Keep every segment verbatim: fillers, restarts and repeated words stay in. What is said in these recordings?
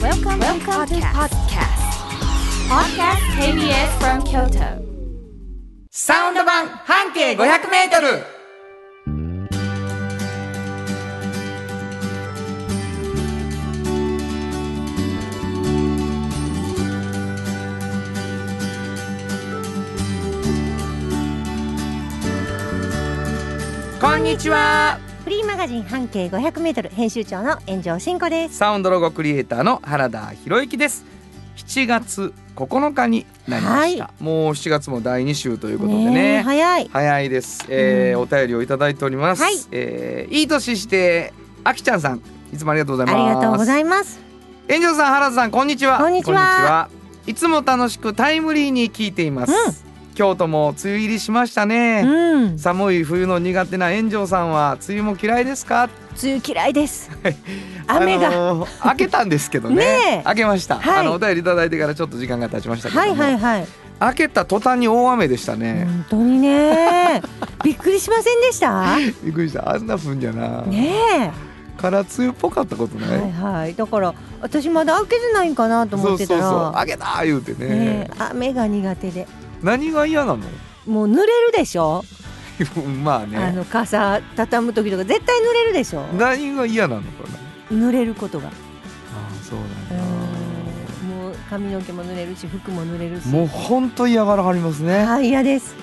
Welcome, Welcome to podcast. Podcast ケービーエス from Kyoto. サウンド版半径ごひゃくメートル。こんにちは。 フリーマガジン半径ごひゃくメートル編集長の炎上真子です。 サウンドロゴクリエイターの原田博之です。しちがつここのかになりました、はい、もうしちがつもだいに週ということで ね, ね早い早いです、えーうん、お便りをいただいております、はいえー、いい年してあきちゃんさん、いつもありがとうございます。 ありがとうございます。 炎上さん、原田さん、こんにちは。 こんにちは。 こんにちは。いつも楽しくタイムリーに聞いています、うん京都も梅雨入りしましたね、うん、寒い冬の苦手な炎上さんは梅雨も嫌いですか？ 梅雨嫌いです雨が、 あのー、明けたんですけど ね, ね明けました、はい、あのお便りいただいてからちょっと時間が経ちましたけども、はいはいはい、明けた途端に大雨でしたね。 本当にねびっくりしませんでしたびっくりした。あんなふんじゃなねえから梅雨っぽかったことない、 はいはい、だから私まだ明けてないんかなと思ってたら、 そうそうそう明けた言うて ね, ね雨が苦手で。 何が嫌なの？ もう濡れるでしょまあね、 あの傘畳む時とか絶対濡れるでしょ。 何が嫌なのかな？ 濡れることが。ああ、そうなんだ。 もう髪の毛も濡れるし服も濡れるし、 もう本当嫌がらはりますね。 はい、嫌です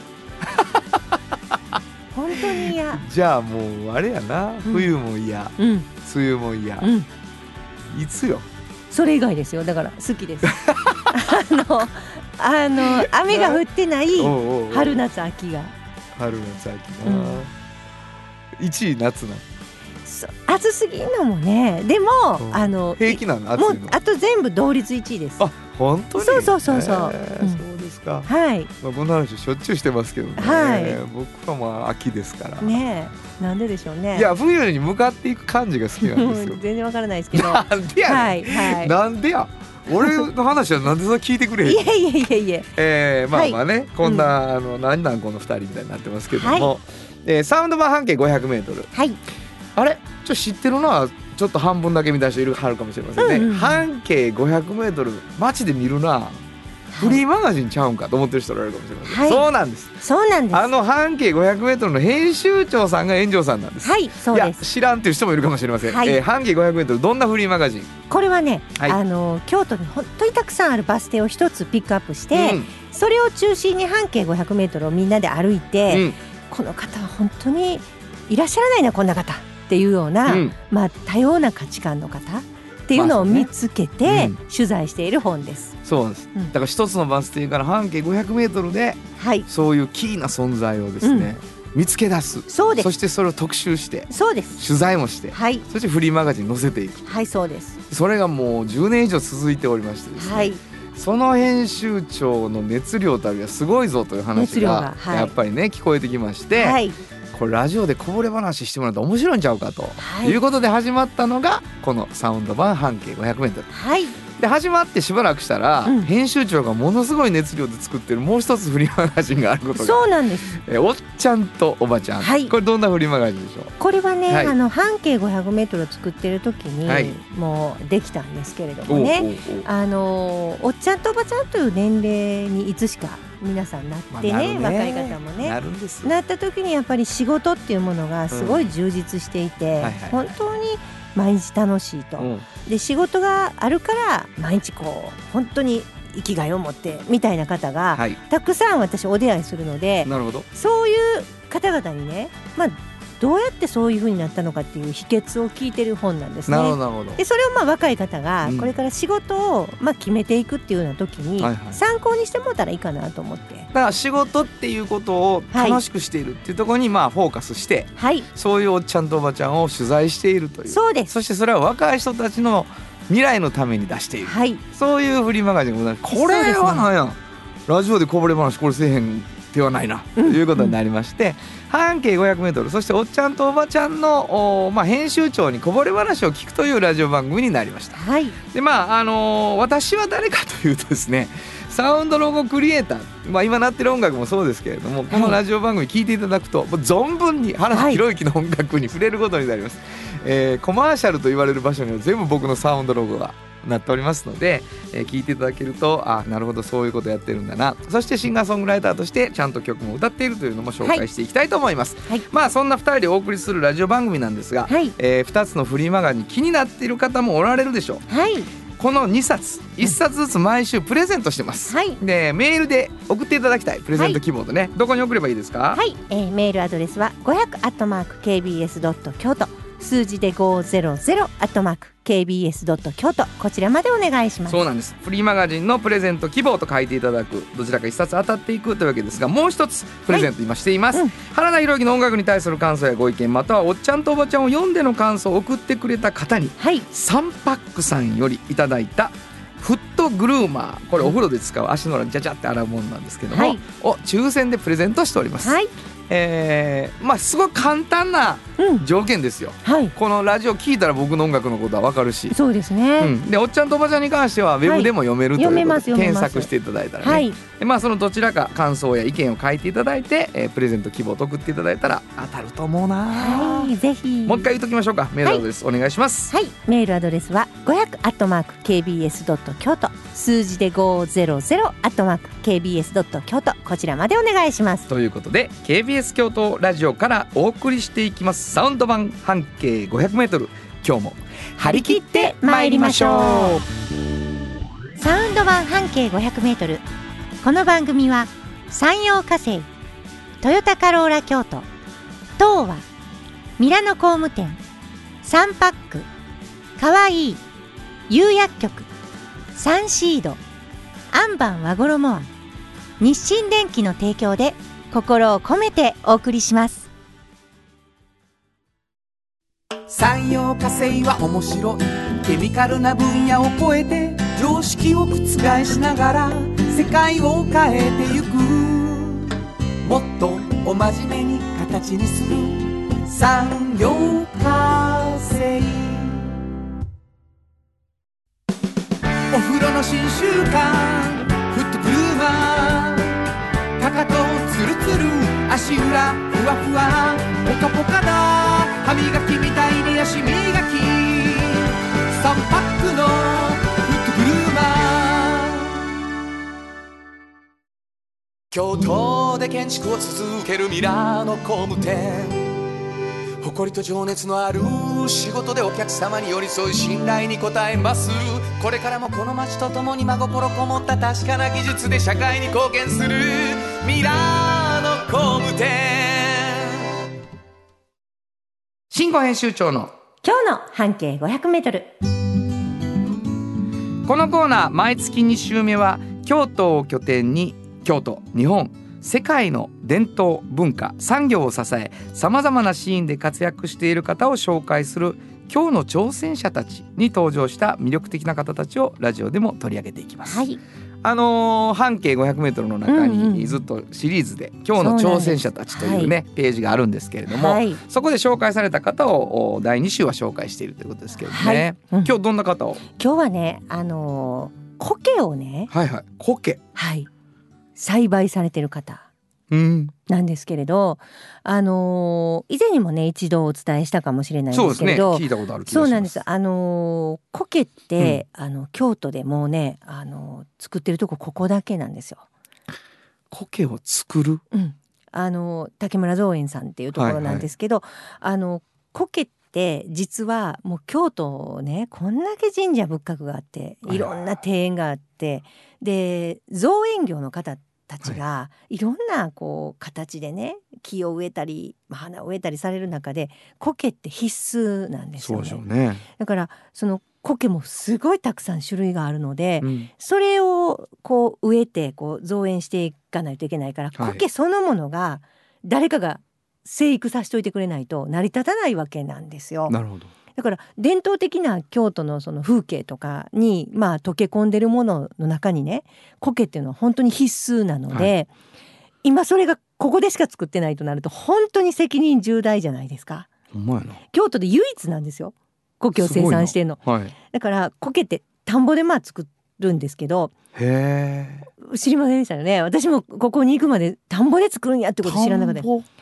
本当に嫌。 じゃあもうあれやな、うん、冬も嫌、うん、梅雨も嫌、うん、いつよ？それ以外ですよ。だから好きですあのあの雨が降ってない春夏秋が。 春夏秋な、うん、いちい夏な。 暑すぎんのもね。でも、うん、あの平気なの？暑いの？ もうあと全部同率いちいです。 あ、本当に？そうそうそうそう、 えーうん、そうですか。 はい、 まあ、この話しょっちゅうしてますけどね、はい、僕はまあ秋ですからね。え、なんででしょうね。 いや、冬に向かっていく感じが好きなんですよ全然わからないですけどなんでやねん、はいはい、なんでや俺の話はなんでそれ聞いてくれへんの？いやいやいやいや、えー、まあまあね、はい、こんな、うん、あの何なんこのふたりみたいになってますけども、はいえー、サウンド版半径ごひゃくメートル、はい、あれちょっと知ってるのはちょっと半分だけ見た人いるはるかもしれませんね、うんうん、半径ごひゃくメートル街で見るな、フリーマガジンちゃうんかと思ってる人おられるかもしれません、はい、そうなんです。 そうなんです。 あの半径ごひゃくメートルの編集長さんが炎上さんなんです。 はい、そうです。 いや知らんという人もいるかもしれません、はいえー、半径ごひゃくメートルどんなフリーマガジン？これはね、はい、あの京都に本当にたくさんあるバス停を一つピックアップして、うん、それを中心に半径ごひゃくメートルをみんなで歩いて、うん、この方は本当にいらっしゃらないなこんな方っていうような、うんまあ、多様な価値観の方っていうのを見つけて、まあねうん、取材している本です。 そうです、うん、だから一つのバス停から半径ごひゃくメートルで、はい、そういうキーな存在をですね、うん、見つけ出す。そうです。そしてそれを特集してそうです取材もして、はい、そしてフリーマガジンに載せていく。 はい、そうです。 それがもうじゅうねん以上続いておりましてですね、はい、その編集長の熱量たるはすごいぞという話がやっぱりね、はい、聞こえてきまして、はい、これラジオでこぼれ話してもらったら面白いんちゃうかと、はい、いうことで始まったのがこのサウンド版半径ごひゃくメートル、はい、で始まってしばらくしたら、うん、編集長がものすごい熱量で作ってるもう一つフリーマガジンがあることが。 そうなんです。 えおっちゃんとおばちゃん、はい、これどんなフリーマガジンでしょう？ これはね、はい、あの半径ごひゃくメートルを作ってる時に、はい、もうできたんですけれどもね、おうおうおう、あのおっちゃんとおばちゃんという年齢にいつしか皆さんなってね、まあ、ね若い方もね な, るんですなった時にやっぱり仕事っていうものがすごい充実していて、うんはいはい、本当に毎日楽しいと、うん、で仕事があるから毎日こう本当に生きがいを持ってみたいな方が、はい、たくさん私お出会いするので、なるほど、そういう方々にね、まあどうやってそういう風になったのかっていう秘訣を聞いてる本なんですね。なるほどなるほど。でそれをまあ若い方がこれから仕事をまあ決めていくっていうような時に参考にしてもらったらいいかなと思って、 だから仕事っていうことを楽しくしているっていうところにまあフォーカスして、はい、そういうおっちゃんとおばちゃんを取材しているという。そうです。そしてそれは若い人たちの未来のために出している、はい、そういうフリーマガジンがございます。これは何や、ね、ラジオでこぼれ話これせえへんではないなということになりまして、うんうん、半径ごひゃくメートルそしておっちゃんとおばちゃんの、まあ、編集長にこぼれ話を聞くというラジオ番組になりました、はい、でまああのー、私は誰かというとですね、サウンドロゴクリエイター、まあ、今なってる音楽もそうですけれども、このラジオ番組聞いていただくと、はい、もう存分に原田博之の音楽に触れることになります、はい、えー、コマーシャルと言われる場所には全部僕のサウンドロゴがなっておりますので、えー、聞いていただけると、あ、なるほど、そういうことやってるんだな。そしてシンガーソングライターとしてちゃんと曲も歌っているというのも紹介していきたいと思います、はい、まあそんなふたりでお送りするラジオ番組なんですが、はい、えー、ふたつのフリーマガジン気になっている方もおられるでしょう、はい、このにさついっさつずつ毎週プレゼントしてます、はい、でメールで送っていただきたいプレゼント希望とね、はい、どこに送ればいいですか？ はい、えー、メールアドレスはごひゃくアットマークケービーエスドット京都、数字でごひゃくアットマークケービーエスドット京都、こちらまでお願いします。 そうなんです。フリーマガジンのプレゼント希望と書いていただく、どちらか一冊当たっていくというわけですが、もう一つプレゼント今しています、はい、うん、原田裕之の音楽に対する感想やご意見、またはおっちゃんとおばちゃんを読んでの感想を送ってくれた方に、はい、サンパックさんよりいただいたフットグルーマー、これお風呂で使う足の裏にジャジャって洗うものなんですけども、はい、を抽選でプレゼントしております、はい、えー、まあすごい簡単な条件ですよ、うん、はい、このラジオ聞いたら僕の音楽のことは分かるし、 そうですね、 うん、でおっちゃんとおばちゃんに関してはウェブでも読めるということで、はい、検索していただいたらね、はい、でまあ、そのどちらか感想や意見を書いていただいて、えー、プレゼント希望と送っていただいたら当たると思うな、 はい、ぜひもう一回言っときましょうか。メールアドレス、はい、お願いします。 はい、メールアドレスはごひゃくアットマークケービーエスドット京都、数字でごひゃくアットマークケービーエスドット京都、こちらまでお願いします。 ということで ケービーエス 京都ラジオからお送りしていきますサウンド版半径ごひゃくメートル、今日も張り切ってまいりましょう。サウンド版半径ごひゃくメートル、この番組は山陽火星、トヨタカローラ京都、東和、ミラノ工務店、サンパック、かわいい、釉薬局、サンシード、アンバン和衣庵、日清電機の提供で心を込めてお送りします。 産業化成は面白いケミカルな分野を超えて常識を覆しながら世界を変えてゆく、もっとお真面目に形にする産業化成。お風呂の新習慣フットグルーマー、かかとツルツル足裏ふわふわポカポカだ、歯磨きみたいに足磨き、さんパックのフットグルーマー。京都で建築を続けるミラーの工務店、誇りと情熱のある仕事でお客様に寄り添い信頼に応えます。これからもこの街とともに真心こもった確かな技術で社会に貢献するミラーの工務店。 新語編集長の今日の半径ごひゃくメートル。 このコーナー毎月に週目は京都を拠点に京都、日本、世界の伝統文化産業を支えさまざまなシーンで活躍している方を紹介する今日の挑戦者たちに登場した魅力的な方たちをラジオでも取り上げていきます、はい、あのー、半径ごひゃくメートルの中にずっとシリーズで、うんうん、今日の挑戦者たちというね、はい、ページがあるんですけれども、はい、そこで紹介された方をだいに週は紹介しているということですけどね、はい、うん、今日どんな方を？ 今日はね、あのー、苔をね、 はいはい、苔、 はい、栽培されてる方なんですけれど、うん、あのー、以前にもね一度お伝えしたかもしれないんですけれど、 そうですね、聞いたことある気がします。 そうなんです。あのー、苔って、うん、あの京都でもうね、あのー、作ってるとこここだけなんですよ。 苔を作る、 うん、あのー、竹村造園さんっていうところなんですけど、はいはい、あの苔って実はもう京都ね、こんだけ神社仏閣があっていろんな庭園があって、で造園業の方たちがいろんなこう形でね、木を植えたり花を植えたりされる中で苔って必須なんですよね。 そうでしょうね。 だからその苔もすごいたくさん種類があるので、うん、それをこう植えてこう造園していかないといけないから、苔そのものが誰かが生育させておいてくれないと成り立たないわけなんですよ。 なるほど。 だから伝統的な京都のその風景とかにまあ溶け込んでるものの中にね、苔っていうのは本当に必須なので、はい、今それがここでしか作ってないとなると本当に責任重大じゃないですか。 ほんまやな。 京都で唯一なんですよ、苔を生産してるの、はい、だから苔って田んぼでまあ作るんですけど、 へー、 知りませんでしたよね。私もここに行くまで田んぼで作るんやってこと知らなかった。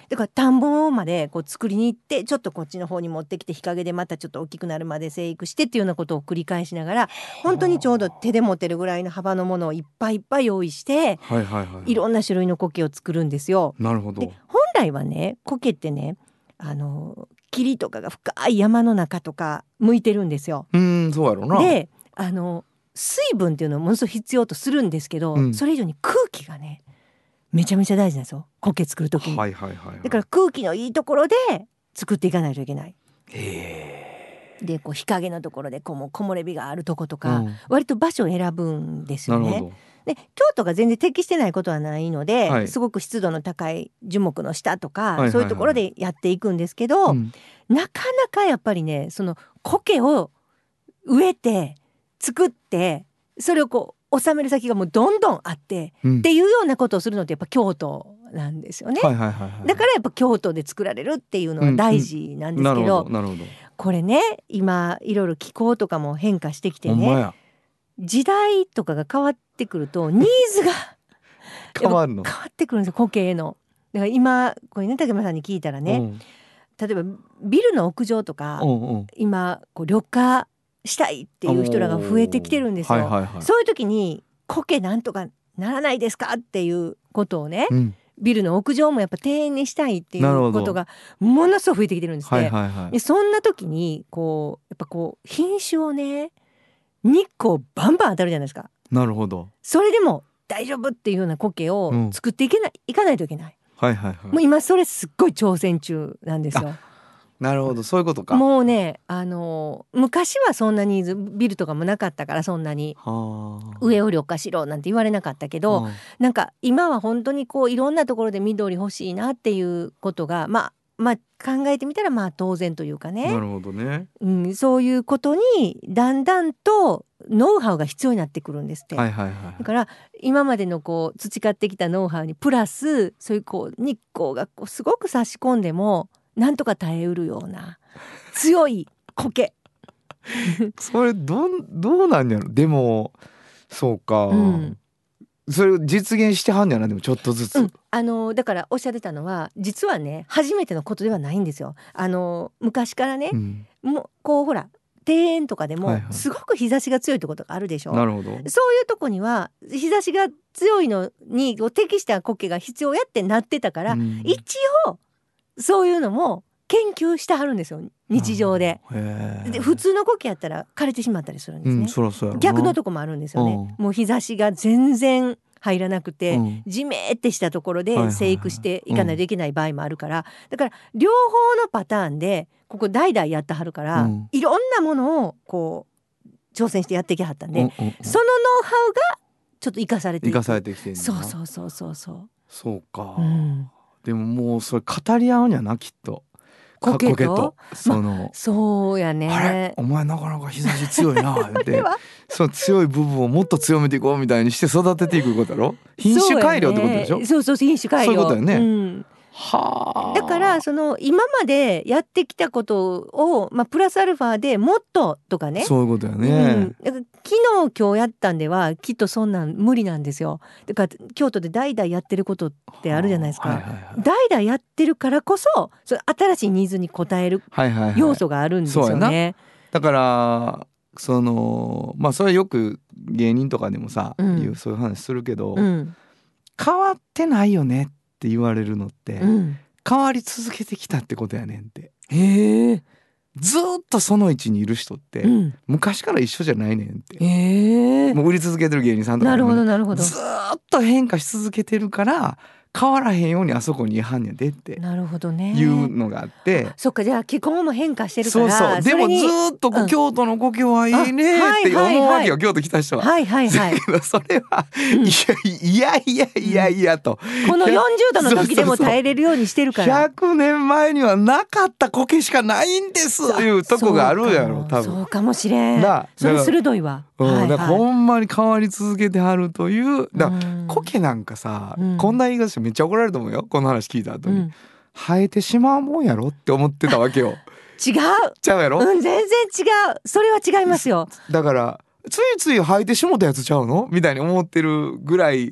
だから田んぼまでこう作りに行ってちょっとこっちの方に持ってきて日陰でまたちょっと大きくなるまで生育してっていうようなことを繰り返しながら本当にちょうど手で持てるぐらいの幅のものをいっぱいいっぱい用意して、はいはいはい、いろんな種類の苔を作るんですよ。 なるほど。 で本来はね苔ってねあの霧とかが深い山の中とか向いてるんですよ。 うーんそうやろな。 であの水分っていうのをものすごく必要とするんですけど、うん、それ以上に空気がねめちゃめちゃ大事なんですよ苔作る時に、はいはいはいはい、だから空気のいいところで作っていかないといけない。へでこう日陰のところでこうも木漏れ日があるとことか、うん、割と場所を選ぶんですよね。で京都が全然適してないことはないので、はい、すごく湿度の高い樹木の下とか、はいはいはい、そういうところでやっていくんですけど、うん、なかなかやっぱりねその苔を植えて作ってそれをこう収める先がもうどんどんあって、うん、っていうようなことをするのってやっぱ京都なんですよね、はいはいはいはい、だからやっぱ京都で作られるっていうのは大事なんですけど、うんうん、なるほどなるほど。これね今いろいろ気候とかも変化してきてね時代とかが変わってくるとニーズが変わるの変わってくるんですよ苔への。だから今これね竹村さんに聞いたらね、うん、例えばビルの屋上とか、うんうん、今こう緑化したいっていう人らが増えてきてるんですよ、はいはいはい、そういう時に苔なんとかならないですかっていうことをね、うん、ビルの屋上もやっぱ庭園にしたいっていうことがものすごく増えてきてるんですね、はいはいはい、でそんな時にこうやっぱこう品種をね日光バンバン当たるじゃないですか。 なるほど。 それでも大丈夫っていうような苔を作っていけない、うん、いかないといけない、 はいはいはい、 もう今それすっごい挑戦中なんですよ。 なるほどそういうことか。 もうねあの昔はそんなニーズビルとかもなかったからそんなに上を緑化しろなんて言われなかったけど、なんか今は本当にこういろんなところで緑欲しいなっていうことがまあまあ考えてみたらまあ当然というかね。 なるほどね、 うん、そういうことにだんだんとノウハウが必要になってくるんですって、はいはいはい、だから今までのこう培ってきたノウハウにプラスそういうこう日光がこうすごく差し込んでもなんとか耐えうるような強い苔それどう、どうなんやろ。でもそうか、うん、それを実現してはんやな。でもちょっとずつ、うん、 あのだからおっしゃってたのは実はね初めてのことではないんですよ。あの昔からね、うん、もうこうほら庭園とかでもすごく日差しが強いってことがあるでしょ、はいはい、なるほど。そういうとこには日差しが強いのに適した苔が必要やってなってたから、うん、一応そういうのも研究してはるんですよ日常で。で普通の苔やったら枯れてしまったりするんですね、うん、そらそうやろな。逆のとこもあるんですよね、うん、もう日差しが全然入らなくて、うん、じめってしたところで生育していかないといけない場合もあるから、だから両方のパターンでここ代々やってはるから、うん、いろんなものをこう挑戦してやってきはったんで、うんうんうん、そのノウハウがちょっと生かされていく。 生かされてきてるんだ。 そうそうそうそうそうそうか、うん、でももうそれ語り合うんやなきっと苔と、 とその、 ま、そうやね。 あれお前なかなか日差し強いなってそう強い部分をもっと強めていこうみたいにして育てていくことだろ。品種改良ってことでしょ。 そうやね、そうそう品種改良、 そういうことだよね、 うんはだからその今までやってきたことを、まあ、プラスアルファでもっととかね。 そういうことよね、うん、 だから昨日今日やったんではきっとそんなん無理なんですよ。だから京都で代々やってることってあるじゃないですか、はいはいはい、代々やってるからこそ、その新しいニーズに応える要素があるんですよね、はいはいはい、 だからそのまあそれはよく芸人とかでもさ、うん、いうそういう話するけど、うん、変わってないよねって言われるのって、うん、変わり続けてきたってことやねんって。へー、ずっとその位置にいる人って、うん、昔から一緒じゃないねんって。へー、もう売り続けてる芸人さんとか、ね、 なるほどなるほど。 ずっと変化し続けてるから変わらへんようにあそこにいはんやでってなるほどねいうのがあって、 そっか、じゃあ気候も変化してるから、 そうそう、でもずっとこう、うん、京都の故郷はいいねって思うわけよ、京都来た人は。はいはいはい。だけどそれは、うん、いやいやいやいやいやと、 このよんじゅうどの時でも耐えれるようにしてるから。 ひゃくねんまえにはなかった苔しかないんですいうとこがあるやろ多分。 そうかもしれん。だそれ鋭いわ。 うん、はいはい、だからほんまに変わり続けてはるという。だから苔なんかさ、うん、こんな言い方してめっちゃ怒られると思うよこの話聞いた後に、うん、生えてしまうもんやろって思ってたわけよ。 違うちゃうやろ、 うん、全然違う。それは違いますよ。 だからついつい生えてしもたやつちゃうのみたいに思ってるぐらい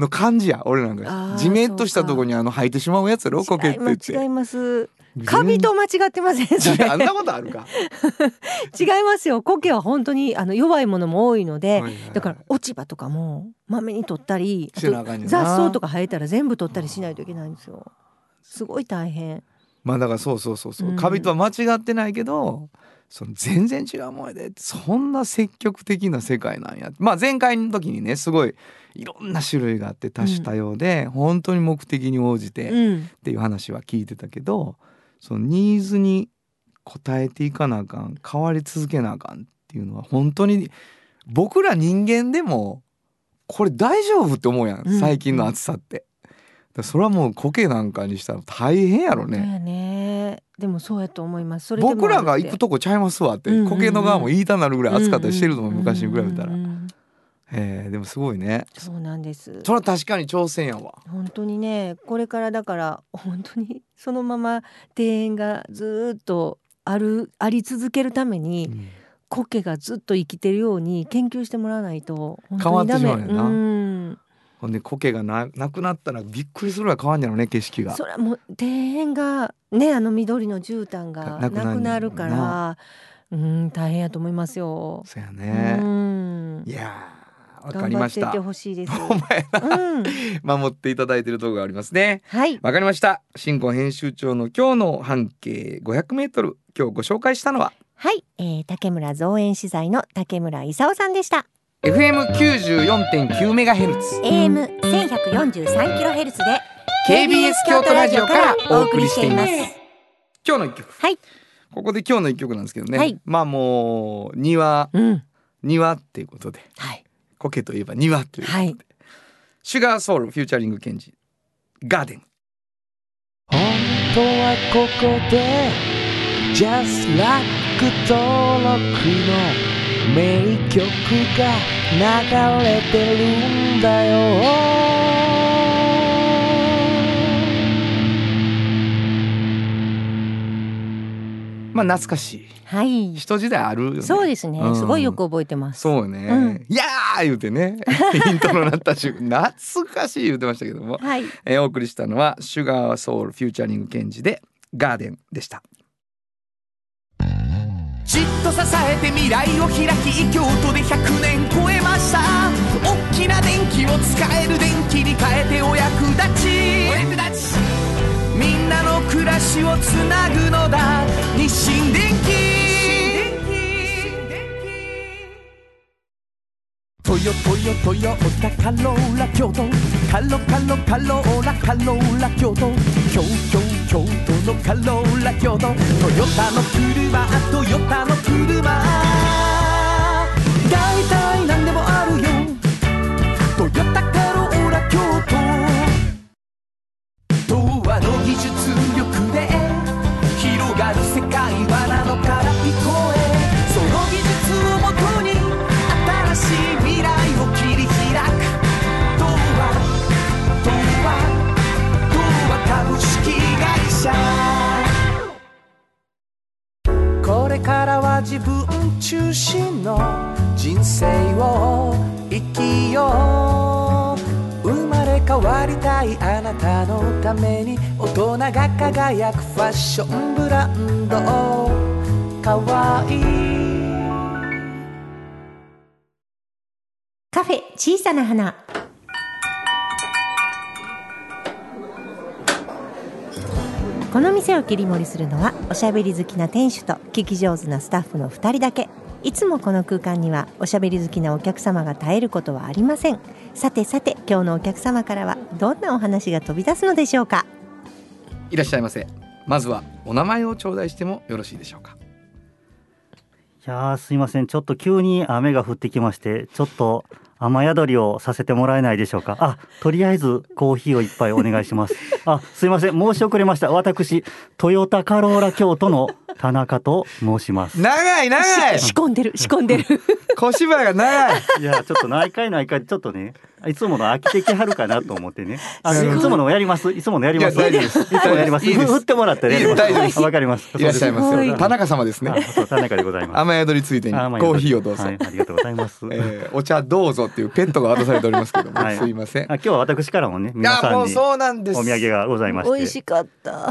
の感じや。俺なんか地面としたとこにあの生えてしまうやつやろ、苔って言って。 違います。カビと間違ってませんそれ。 あんなことあるか違いますよ。苔は本当にあの弱いものも多いので、はいはいはい、だから落ち葉とかもまめに取ったり、あと雑草とか生えたら全部取ったりしないといけないんですよ。すごい大変。 まあだからそうそうそうそう、うん、カビとは間違ってないけど、その全然違うものでそんな積極的な世界なんや。まあ前回の時にね、すごいいろんな種類があって多種多様で、うん、本当に目的に応じてっていう話は聞いてたけど、そのニーズに応えていかなあかん、変わり続けなあかんっていうのは本当に僕ら人間でもこれ大丈夫って思うやん、最近の暑さって、うん、それはもう苔なんかにしたら大変やろね。 そうやね。でもそうやと思います。それでも僕らが行くとこちゃいますわって、うんうんうん、苔の側も言いたなるぐらい暑かったりしてると思う、うんうんうん、昔に比べたら、うんうん、えー、でもすごいね。 そうなんです。 それは確かに挑戦やわ。 本当にね、これからだから本当にそのまま庭園がずっとあるあり続けるために、うん、苔がずっと生きてるように研究してもらわないと本当にダメ。 変わってしまうよな、うん、ほんで苔が な, なくなったらびっくりするぐらい変わんやろね、景色が。 それはもう庭園がね、あの緑の絨毯がなくなるから、うん、大変やと思いますよ。 そうやね、うん、いやわかりました。 頑張っていてほしいです。 お前な、うん、守っていただいているところがありますね。 はい、 わかりました。新婚編集長の今日の半径ごひゃくメートル、今日ご紹介したのは、 はい、えー、竹村造園資材の竹村勲さんでした。 エフエムきゅうじゅうよんてんきゅうメガヘルツ、 エーエムせんひゃくよんじゅうさんキロヘルツ でケービーエス 京都ラジオからお送りしています。今日の一曲、 はい、ここで今日の一曲なんですけどね、 はい、 まあもう庭、うん、庭っていうことで、 はい、 苔といえば庭ということで、はい、シュガーソウルフューチャリングケンジ、ガーデン。 本当はここで Just Like 登録の名曲が流れてるんだよ。 まあ懐かしい、 はい、 一時代あるよね。 そうですね、うん、すごいよく覚えてます。 そうね、うん、いやー言うてねイントロなったし懐かしい言うてましたけども、 はい、 えー、お送りしたのはシュガーソウルフューチャリングケンジでガーデンでした。 じっと支えて未来を開き、京都でひゃくねん超えました。大きな電気を使える電気に変えてお役立ち、お役立ち、みんなの暮らしをつなぐのだ、日清電気。トヨトヨトヨタカローラ京都、カロカロカローラカローラ京都、京京京都のカローラ京都、トヨタの車、トヨタの車、だいたいなんでもあるよ、トヨタカローラ京都。童話の技術力で広がる世界はなのから聞こえ、その技術をもとに新しい未来を切り開く、童話童話童話株式会社。これからは自分中心の人生を生きよう、生まれ変わりたいあなたのために大人が輝くファッションブランド、かわいいカフェ小さな花。この店を切り盛りするのはおしゃべり好きな店主と聞き上手なスタッフのふたりだけ。いつもこの空間にはおしゃべり好きなお客様が絶えることはありません。さてさて、今日のお客様からはどんなお話が飛び出すのでしょうか。 いらっしゃいませ。まずはお名前を頂戴してもよろしいでしょうか。 いやすいません、ちょっと急に雨が降ってきまして、ちょっと雨宿りをさせてもらえないでしょうか。あ、とりあえずコーヒーを一杯お願いします。あ、すいません、申し遅れました。私トヨタカローラ京都の田中と申します。 長い長い仕込んでる仕込んでる小芝居が長い。 いやちょっと内回内回ちょっとねいつもの飽きてきはるかなと思ってね。あのいつものやります。いつものやります。 大丈夫です。 いつもやります。振ってもらったらやります。 大丈夫です。 わかります。 いらっしゃいますよ。田中様ですね。 そう田中でございます。 雨宿りついでにコーヒーをどうぞ。 はい、ありがとうございます。 えー、お茶どうぞっていうペットが渡されておりますけども、はい、すいません。 今日は私からもね、皆さんにお土産がございまして、 美味しかった。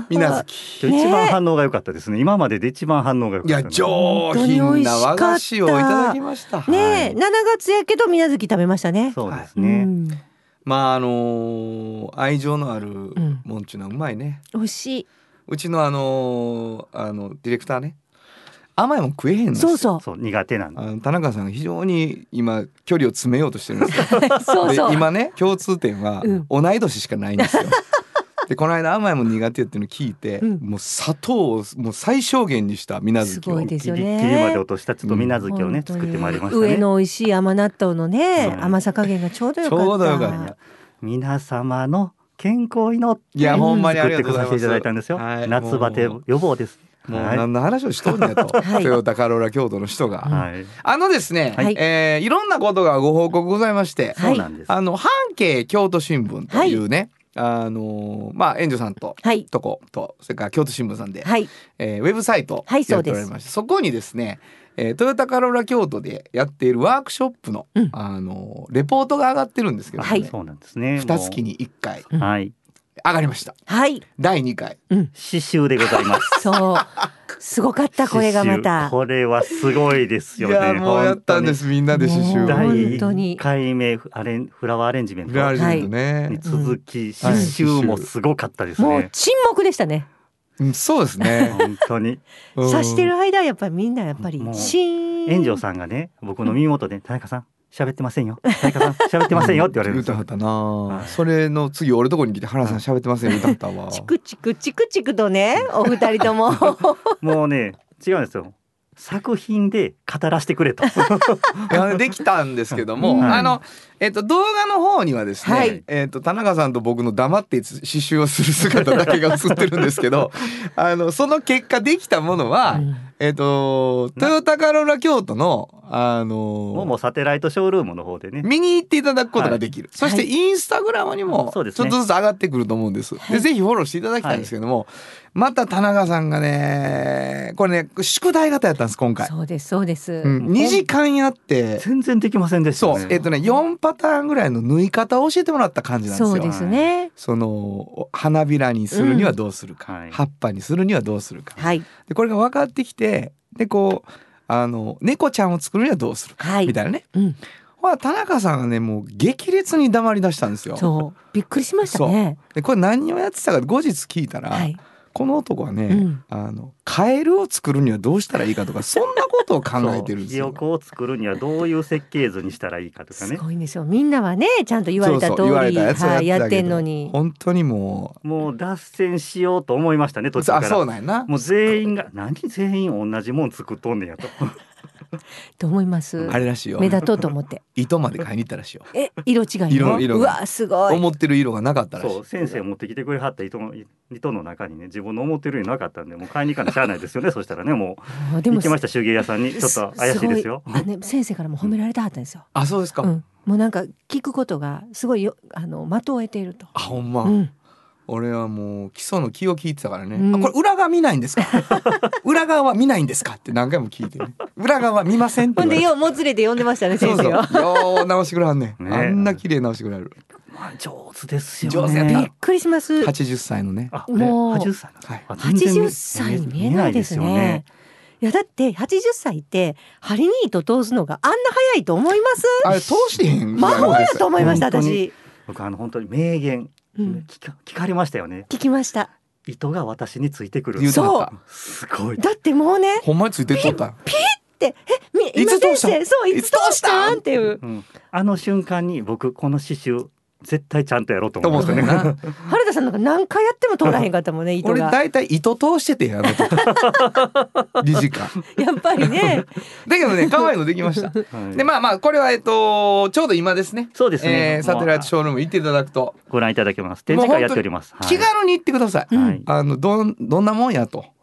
水無月。 今日一番反応が良かったですね。今までで一番反応が良かった。 いや上品な和菓子をいただきました。 ねえ、しちがつやけど水無月食べましたね。 そうですね。 まああの愛情のあるもんちゅうのはうまいね。 美味しい。 うちのあのあのディレクターね。甘いもん食えへんのですよ。 そうそうそう苦手なんで。 あの田中さんが非常に今距離を詰めようとしてるんですよ。 そうそうで今ね共通点は同い年しかないんですよ。でこの間甘いもん苦手っていうのを聞いて、うん、もう砂糖をもう最小限にした水無月をすごいですよね。 ギリギリまで落としたちょっと水無月をね、うん、作ってまいりましたね。 上の美味しい甘納豆のね、うん、甘さ加減がちょうどよかった。 ちょうどよかった。 皆様の健康を祈っていやほんまにありがとうございます。 作ってくださっていただいたんですよ。はい、夏バテ予防です。 もう何の話をしとんねやと、はい、トヨタカローラ京都の人が、はい、あのですね、はいえー、いろんなことがご報告ございまして、 はい、 あの半径京都新聞というね、はいあのー、まあ園長さんと、はい、とことそれから京都新聞さんで、はいえー、ウェブサイトやっておられまして、はい、そ, そこにですね、えー、トヨタカローラ京都でやっているワークショップの、うんあのー、レポートが上がってるんですけど、ねはい、 そうなんですね。 にがつにいっかい、 うん、はい上がりました。 はいだいにかい、 うん、刺繍でございます。 そうすごかったこれがまたこれはすごいですよね。 いやもうやったんですみんなで刺繍だいいっかいめアレンフラワーアレンジメント、 ね、 に続き刺繍もすごかったですね、 もう沈黙でしたね。 うん、そうですね本当に刺してる間やっぱりみんなやっぱりシーン園長さんがね僕の耳元で田中さん喋ってませんよ田中さん喋ってませんよって言われるんですよ。 言うたはったな、それの次俺とこに来て原さん喋ってませんよ言うたはったわチクチクチクチクとねお二人とももうね違うんですよ。作品で語らせてくれといやできたんですけども、うん、あの、えっと、動画の方にはですね、はいえっと、田中さんと僕の黙って刺繍をする姿だけが映ってるんですけどあのその結果できたものは、うんえっと、トヨタカローラ京都のあのもうもうサテライトショールームの方でね見に行っていただくことができる、はい、そしてインスタグラムにもちょっとずつ上がってくると思うんです、はい、でぜひフォローしていただきたいんですけども、はい、また田中さんがねこれね宿題型やったんです今回。 そうですそうです、 うん、にじかんやって全然できませんでしたね。 そうえっとねよんパターンぐらいの縫い方を教えてもらった感じなんですよ。 そうですね。 その花びらにするにはどうするか、うん、葉っぱにするにはどうするか、はい、でこれが分かってきてでこうあの猫ちゃんを作るにはどうするか、はい、みたいなね、うん、ほら田中さんがねもう激烈に黙り出したんですよ。 そうびっくりしましたね。 でこれ何をやってたか後日聞いたら、はい、この男はね、うん、あのカエルを作るにはどうしたらいいかとかそんなことを考えてるんですよ。 ひよこを作るにはどういう設計図にしたらいいかとかね。 すごいんですよ。みんなはねちゃんと言われた通りそうそうや, はい、やってんのに本当にもうもう脱線しようと思いましたね途中から。 あそうなんやな。 もう全員が何全員同じもん作っとんねやとと思います。 あれらしいよ。 目立とうと思って糸まで買いに行ったらしいよ。 え色違いの色色うわすごい思ってる色がなかったらしい。 そう先生持ってきてくれはった糸の糸の中にね自分の思ってる色なかったんでもう買いに行かなしゃあないですよねそしたらねもう行きました手芸屋さんにちょっと怪しいですよ。 すあ、ね、先生からも褒められたはったんですよ。 あそうですか、うん、 もうなんか聞くことがすごいよあの的を得ていると。 あほんま、うん俺はもう基礎の気を聞いてたからね、うん、あこれ裏側見ないんですか裏側は見ないんですかって何回も聞いて、ね、裏側は見ませんってほんでようもつれて読んでましたね先生は。 そうそうよう直してくれはんねん、ね、あんな綺麗直してくれはる、 まあ、上手ですよね。 上手やったびっくりします。 はちじゅっさいのねあもうはちじゅっさい、 はい、 はちじゅっさいに見えないですよね。いやだってはちじゅっさいって針に糸通すのがあんな早いと思います？ あれ通してへん魔法やと思いました私。 僕あの本当に名言うん、聞, か聞かれましたよね。 聞きました。 糸が私についてくる。 そうすごい。 だってもうねほんまについてっとったピッってえ今先生そういつ通したんっていう、 うん、あの瞬間に僕この刺繍絶対ちゃんとやろうと思ってね原田さんなんか何回やっても通らへんかったもんね糸が。 俺だいたい糸通しててやめと理事官やっぱりねだけどね可愛いのできました、はい、でまあまあこれはえっとちょうど今ですね。 そうですね、 えー、サテライトショールーム行っていただくとご覧いただけます。展示会やっております。 気軽に行ってください、はい、あのどんどんなもんやと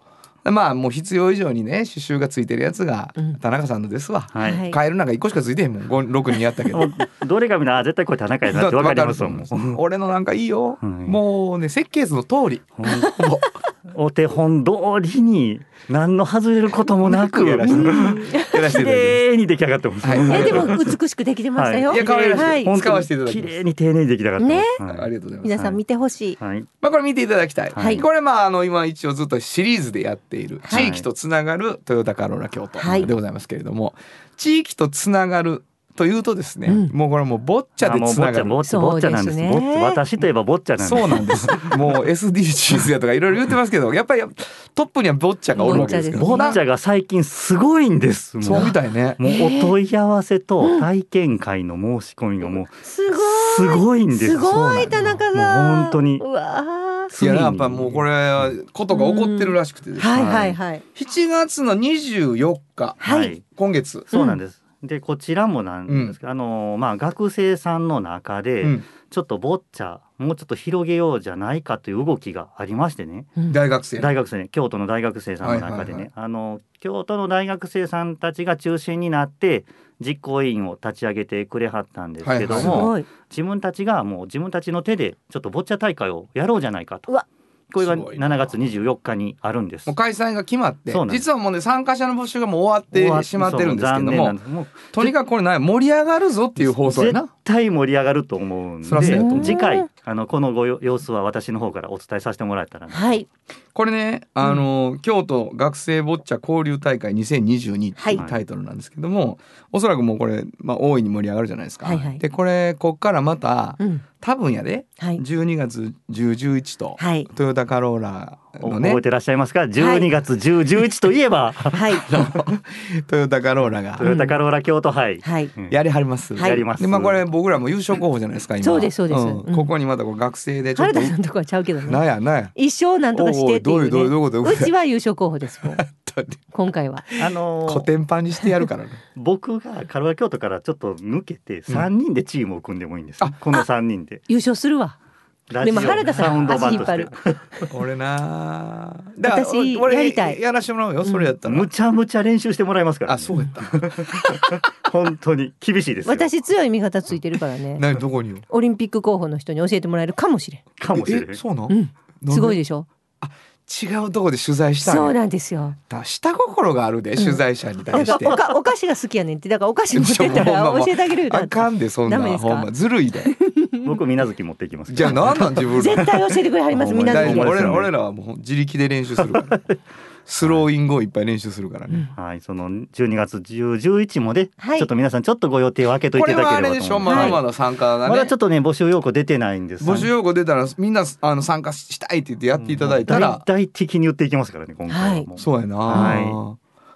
まあもう必要以上にね刺繍がついてるやつが田中さんのですわ、うんはい、カエルなんかいっこしかついてへんもんろくにんやったけどどれがみんな絶対これ田中やなって分かりますもん俺のなんかいいよ、うん、もうね設計図の通りお手本通りに何の外れることもなくやらせて綺麗に出来上がってます、はい、 えでも美しくできてましたよ、 はい、いや可愛らしい、はい、使わせていただきます綺麗に丁寧に出来上がってます、ねはい、ありがとうございます。 皆さん見てほしい、 はいまあ、これ見ていただきたい、はい、これまああの今一応ずっとシリーズでやっている地域とつながるトヨタカローラ京都でございますけれども、はい、地域とつながるというとですね、うん、もうこれもうボッチャでつながるボッチャボッチャなんですね。私といえばボッチャなんです。 そうなんですもう エスディージーズ やとかいろいろ言ってますけどやっぱりトップにはボッチャがおるわけですけどボッチャが最近すごいんです。もうそうみたいね。 もうお問い合わせと体験会の申し込みがもうすごいすごいんです。 すごい田中さん本当にうわいややっぱもうこれことが起こってるらしくてですね、 はいはいはい、 しちがつのにじゅうよっか、はい、今月そうなんです、うん、でこちらもなんですけど、うん、あのまあ、学生さんの中で、うん、ちょっとボッチャもうちょっと広げようじゃないかという動きがありましてね、 うん、大学生大学生ね京都の大学生さんの中でね、はいはいはい、あの京都の大学生さんたちが中心になって実行委員を立ち上げてくれはったんですけども、はいはい、自分たちがもう自分たちの手でちょっとボッチャ大会をやろうじゃないかと。うわこれがしちがつにじゅうよっかにあるんです。 もう開催が決まって実はもうね参加者の募集がもう終わってしまってるんですけども、もとにかくこれな盛り上がるぞっていう放送やな。 絶対盛り上がると思うんで次回あのこのご様子は私の方からお伝えさせてもらえたら、ね、 はいこれねあの、うん、京都学生ボッチャ交流大会にせんにじゅうにっていうタイトルなんですけども、はい、おそらくもうこれ、まあ、大いに盛り上がるじゃないですか、はいはい、でこれこっからまた、うん、多分やで、はい、じゅうにがつじゅう、じゅういちと、はい、トヨタカローラのね覚えてらっしゃいますかじゅうにがつじゅう、じゅういちといえば、 はい、 トヨタカローラがトヨタカローラ京都杯、 はい、 やりはります、 はい、やりますで、まあ、これ僕らも優勝候補じゃないですか今。 そうですそうです、 うんうん、ここにまたこう学生でちょっと原田さんとこはちゃうけどねなんやなんや一生なんとかしてっていうね。 どういうどういうどういうことうちは優勝候補ですもん今回はあのー、 コテンパンにしてやるからね僕がカローラ京都からちょっと抜けてさんにんでチームを組んでもいいんです、うん、このさんにんで優勝するわ。でも原田さん足引っ張る俺なだから私やりたいやらしてもらうよ、それやったら、 うん、むちゃむちゃ練習してもらいますから、ね、 あそうやった本当に厳しいですよ。 私強い味方ついてるからね何どこによオリンピック候補の人に教えてもらえるかもしれんかもしれん。 えそうなの、 うん、すごいでしょ。 あ違うとこで取材したそうなんですよ。 だ下心があるで、うん、取材者に対しておかお菓子が好きやねんってだからお菓子持ってったら教えてあげるよ。 あかんでそんなほんまずるいで僕水無月持っていきます。 じゃあ何なん自分絶対教えてくれはります水無月。 俺ら俺らはもう自力で練習するからスローイングをいっぱい練習するからね、 うん、はいそのじゅうにがつじゅう、じゅういちもで、はい、ちょっと皆さんちょっとご予定を空けといていただければと思います。 これはあれでしょまだまだ参加がね、 まだちょっとね募集要項出てないんです。 募集要項出たらみんなあの参加したいって言ってやっていただいたら、 うん、大々的に言っていきますからね今回はもう、はい、 そうやな、はい、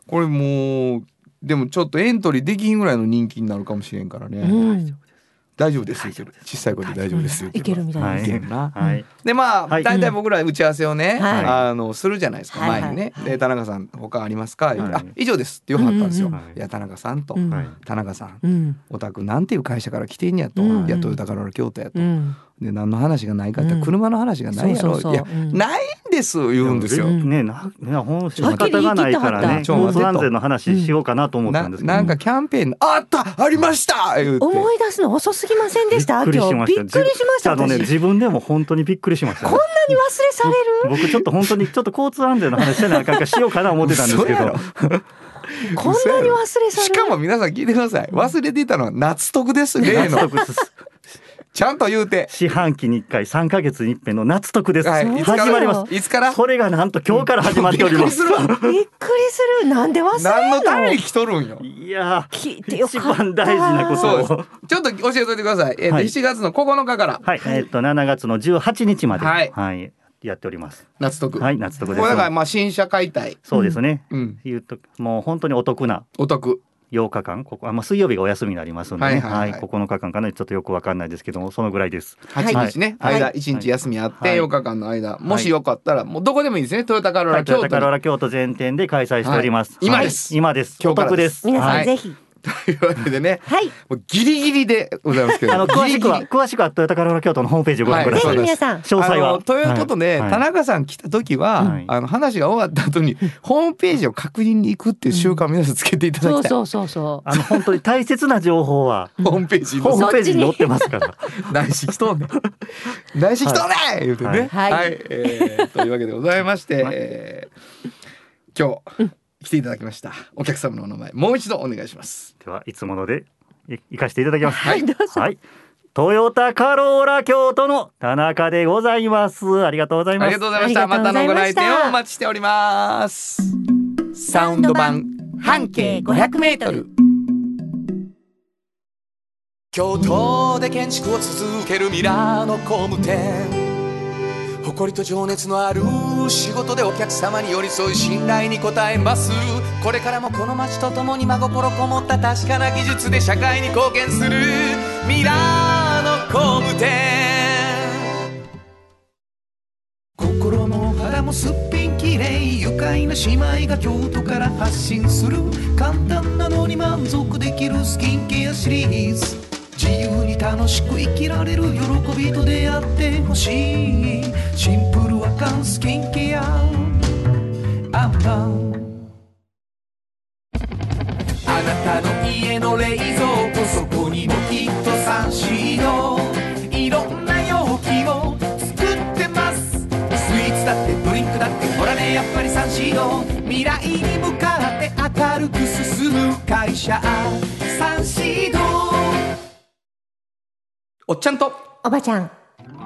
これもうでもちょっとエントリーできんぐらいの人気になるかもしれんからね、うん大丈夫ですよ。小さい子で大丈夫ですよ。 いけるみたいな。 いけるな。はい、でまあ、はい、大体僕ら打ち合わせをね、はい、あのするじゃないですか、はい、前にね。で田中さん他ありますか？はい、あ以上ですって言わはったんですよ。うんうん、いや田中さんと、うん、田中さん、うん、お宅なんていう会社から来てんやと、うん、いやトヨタカローラ京都やと。うんで何の話がないかって車の話がないやろ、うん、そうそうそういや、うん、ないんです言うんですよ、 うん、ねなね本仕方がないからね交通安全の話しようかなと思ったんですけど、 うん、な, なんかキャンペーンあったありました言うて思い出すの遅すぎませんでした？ びっくりしました。 びっくりしました。 あのね自分でも本当にびっくりしました、ね、 こんなに忘れされる僕ちょっと本当にちょっと交通安全の話してなあかんかしようかな思ってたんですけどこんなに忘れされる。 しかも皆さん聞いてください。忘れていたのは夏特です例のちゃんと言うて四半期にいっかいさんかげつに一遍の夏特です、はい、始まります。 いつからそれがなんと今日から始まっております。 びっくりするびっくりする。なんで忘れるの？ 何のために来とるんよ。 いや聞いてよかった。 一番大事なことをちょっと教えておいてください、えーはい、しちがつのここのかからはい、えー、っとしちがつのじゅうはちにちまではい、はいやっております。 夏特はい夏特です。 これだからまあ新車解体そうですね、うん、言うともう本当にお得なお得ようかかんここあ、まあ、水曜日がお休みになりますので、ねはいはいはい、ここのかかんかなちょっとよくわかんないですけどもそのぐらいです。 はちにちね、はい、間いちにち休みあって、はい、ようかかんの間もしよかったらもうどこでもいいですね。トヨタカローラ京都、 はい、トヨタカローラ京都全店で開催しております、 はい、今です、 はい、今です。お得です。 皆さんぜひ、 というわけでね、 はい、 もうギリギリでございますけど、 あの詳しくは詳しくはトヨタカローラ京都のホームページをご覧ください。 はい、皆さん詳細は。 ということで、 はい、 田中さん来た時は、はい、あの話が終わった後にホームページを確認に行くっていう習慣を皆さんつけていただきたい。 そうそうそうそう。 あの本当に大切な情報はホームページにホームページに載ってますから。 内視来とんねん。内視来とんねん言うてね。 はい。 はい、えー、というわけでございまして、えー、今日、うん来ていただきましたお客様のお名前もう一度お願いします。 ではいつもので行かせていただきます。 はい、どうぞ。 はい、トヨタカローラ京都の田中でございます。ありがとうございます。 ありがとうございました。またのご来店をお待ちしております。サウンド版半径ごひゃくメートル、 京都で建築を続けるミラーの工務店、誇りと情熱のある仕事でお客様に寄り添い信頼に応えます。これからもこの街とともに真心こもった確かな技術で社会に貢献するミラーの工務店。心も肌もすっぴんきれい愉快な姉妹が京都から発信する簡単なのに満足できるスキンケアシリーズ。自由に楽しく生きられる喜びと出会ってほしい。シンプルアカンスキンケアアンパン。あなたの家の冷蔵庫、そこにもきっとサンシード。いろんな容器を作ってます。スイーツだってドリンクだって、ほらねやっぱりサンシード。未来に向かって明るく進む会社サンシード。 おっちゃんとおばちゃん。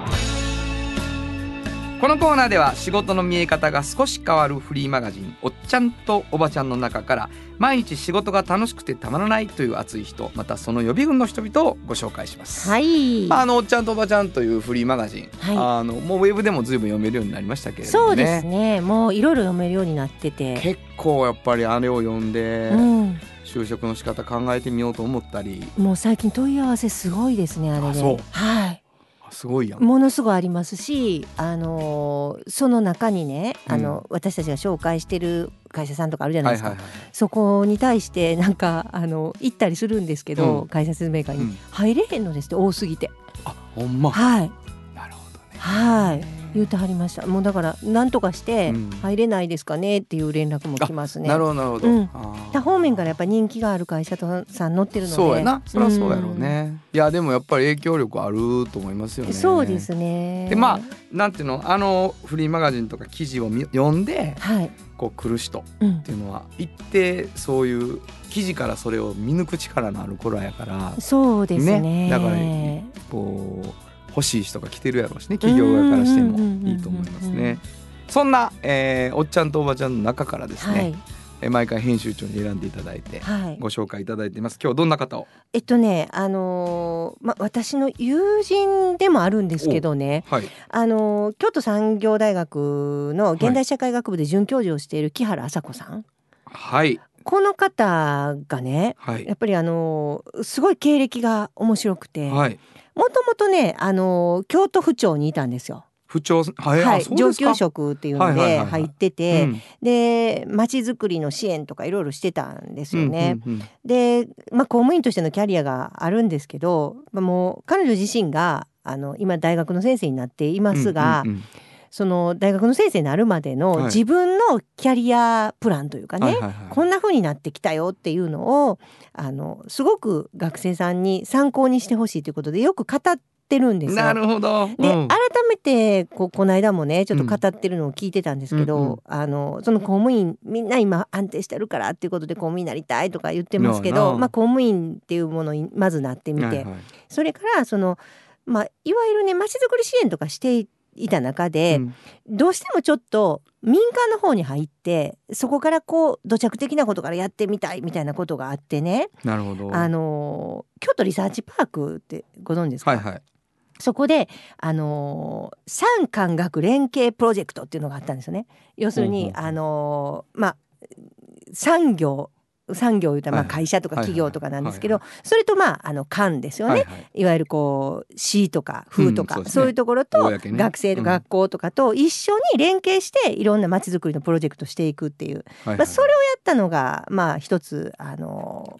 このコーナーでは仕事の見え方が少し変わるフリーマガジンおっちゃんとおばちゃんの中から毎日仕事が楽しくてたまらないという熱い人、またその予備軍の人々をご紹介します。 はい、 まあ、あのおっちゃんとおばちゃんというフリーマガジン、はい、あのもうウェブでも随分読めるようになりましたけれどもね。 そうですね、もういろいろ読めるようになってて、 結構やっぱりあれを読んで、うん、就職の仕方考えてみようと思ったり。 もう最近問い合わせすごいですね、あれで。あ、そう、はい、 すごいやん。 ものすごいありますし、あのー、その中にね、あの、うん、私たちが紹介してる会社さんとかあるじゃないですか、はいはいはい、そこに対してなんかあの行ったりするんですけど、うん、会社説明会に、うん、入れへんのですって、多すぎて。 あ、ほんま。 はい、 なるほどね。 はい、言ってはりました。もうだから何とかして入れないですかねっていう連絡も来ますね。 なるほどなるほど、うん、 他方面からやっぱり人気がある会社さん載ってるので。 そうやな、そりゃそうやろうね、うん、いやでもやっぱり影響力あると思いますよね。 そうですね。 でまあなんていうの、あのフリーマガジンとか記事を読んで、はい、こう来る人っていうのは、うん、一定そういう記事からそれを見抜く力のある頃やから。 そうです ね, ねだからこう欲しい人が来てるやろうしね、企業側からしてもいいと思いますね。そんな、えー、おっちゃんとおばちゃんの中からですね、はい、え毎回編集長に選んでいただいて、はい、ご紹介いただいています。今日どんな方を？ えっとね、あのーま、私の友人でもあるんですけどね、はい、あのー、京都産業大学の現代社会学部で准教授をしている木原麻子さん、 はい、 この方がね、はい、やっぱりあのー、すごい経歴が面白くて、はい、もともとね、あのー、京都府庁にいたんですよ。 府庁、はい、 はい、上級職っていうので入ってて、で町づくりの支援とかいろいろしてたんですよね、うんうんうん、で、まあ、公務員としてのキャリアがあるんですけど、まあ、もう彼女自身があの今大学の先生になっていますが、うんうんうん、その大学の先生になるまでの自分のキャリアプランというかね、はいはいはいはい、こんな風になってきたよっていうのをあのすごく学生さんに参考にしてほしいということでよく語っててるんですよ。 なるほど、 で、うん、改めて こ, この間もねちょっと語ってるのを聞いてたんですけど、うんうんうん、あのその公務員みんな今安定してるからっていうことで公務員になりたいとか言ってますけど、 no, no. まあ、公務員っていうものにまずなってみて、はいはい、それからその、まあ、いわゆるねまちづくり支援とかしていた中で、うん、どうしてもちょっと民間の方に入ってそこからこう土着的なことからやってみたいみたいなことがあってね。 なるほど。 あの京都リサーチパークってご存知ですか？ はいはい。 そこで、あのー、産官学連携プロジェクトっていうのがあったんですよね。要するに、あのー、まあ産業産業を言ったらまあ会社とか企業とかなんですけど、それとまああの官ですよね、はいはい、いわゆるこう市とか府とか、うん そうですね、そういうところと学生、ね、学校とかと一緒に連携していろんなまちづくりのプロジェクトしていくっていう、はいはい、まあ、それをやったのがまあ一つあの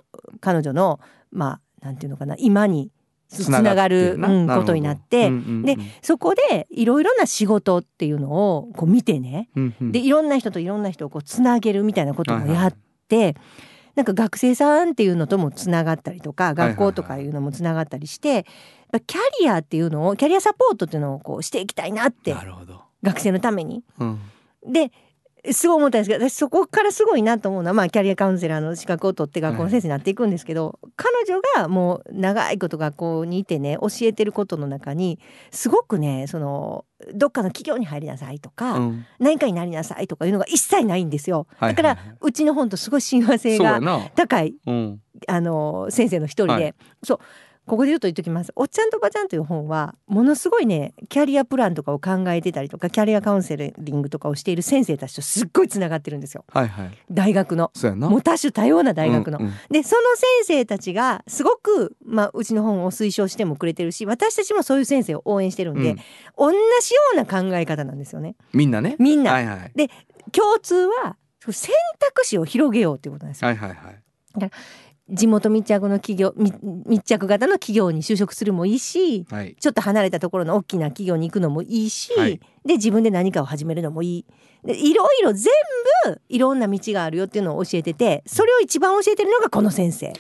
彼女のまあなんていうのかな今につながる、うん、ことになって、うんうんうん、でそこでいろいろな仕事っていうのをこう見てね、うんうん、でいろんな人といろんな人をこうつなげるみたいなこともやって、はいはい、なんか学生さんっていうのともつながったりとか学校とかいうのもつながったりして、はいはいはい、キャリアっていうのをキャリアサポートっていうのをこうしていきたいなって、なるほど、学生のために、うん、ですごい思ったんですけど、私そこからすごいなと思うのは、まあ、キャリアカウンセラーの資格を取って学校の先生になっていくんですけど、はい、彼女がもう長いこと学校にいてね教えてることの中にすごくねそのどっかの企業に入りなさいとか、うん、何かになりなさいとかいうのが一切ないんですよ、はいはいはい、だからうちの本とすごい親和性が高い、うん、あの先生の一人で、はい、そうここで言うと言っときます。おっちゃんとおばちゃんという本はものすごいねキャリアプランとかを考えてたりとかキャリアカウンセリングとかをしている先生たちとすっごいつながってるんですよ、はいはい、大学のもう多種多様な大学の、うんうん、でその先生たちがすごく、まあ、うちの本を推奨してもくれてるし私たちもそういう先生を応援してるんで、うん、同じような考え方なんですよねみんなねみんな、 はいはい、 で共通は選択肢を広げようっていうことなんですよ、はいはいはい、だから地元密着の企業密着型の企業に就職するもいいし、はい、ちょっと離れたところの大きな企業に行くのもいいし、はい、で自分で何かを始めるのもいいでいろいろ全部いろんな道があるよっていうのを教えててそれを一番教えてるのがこの先生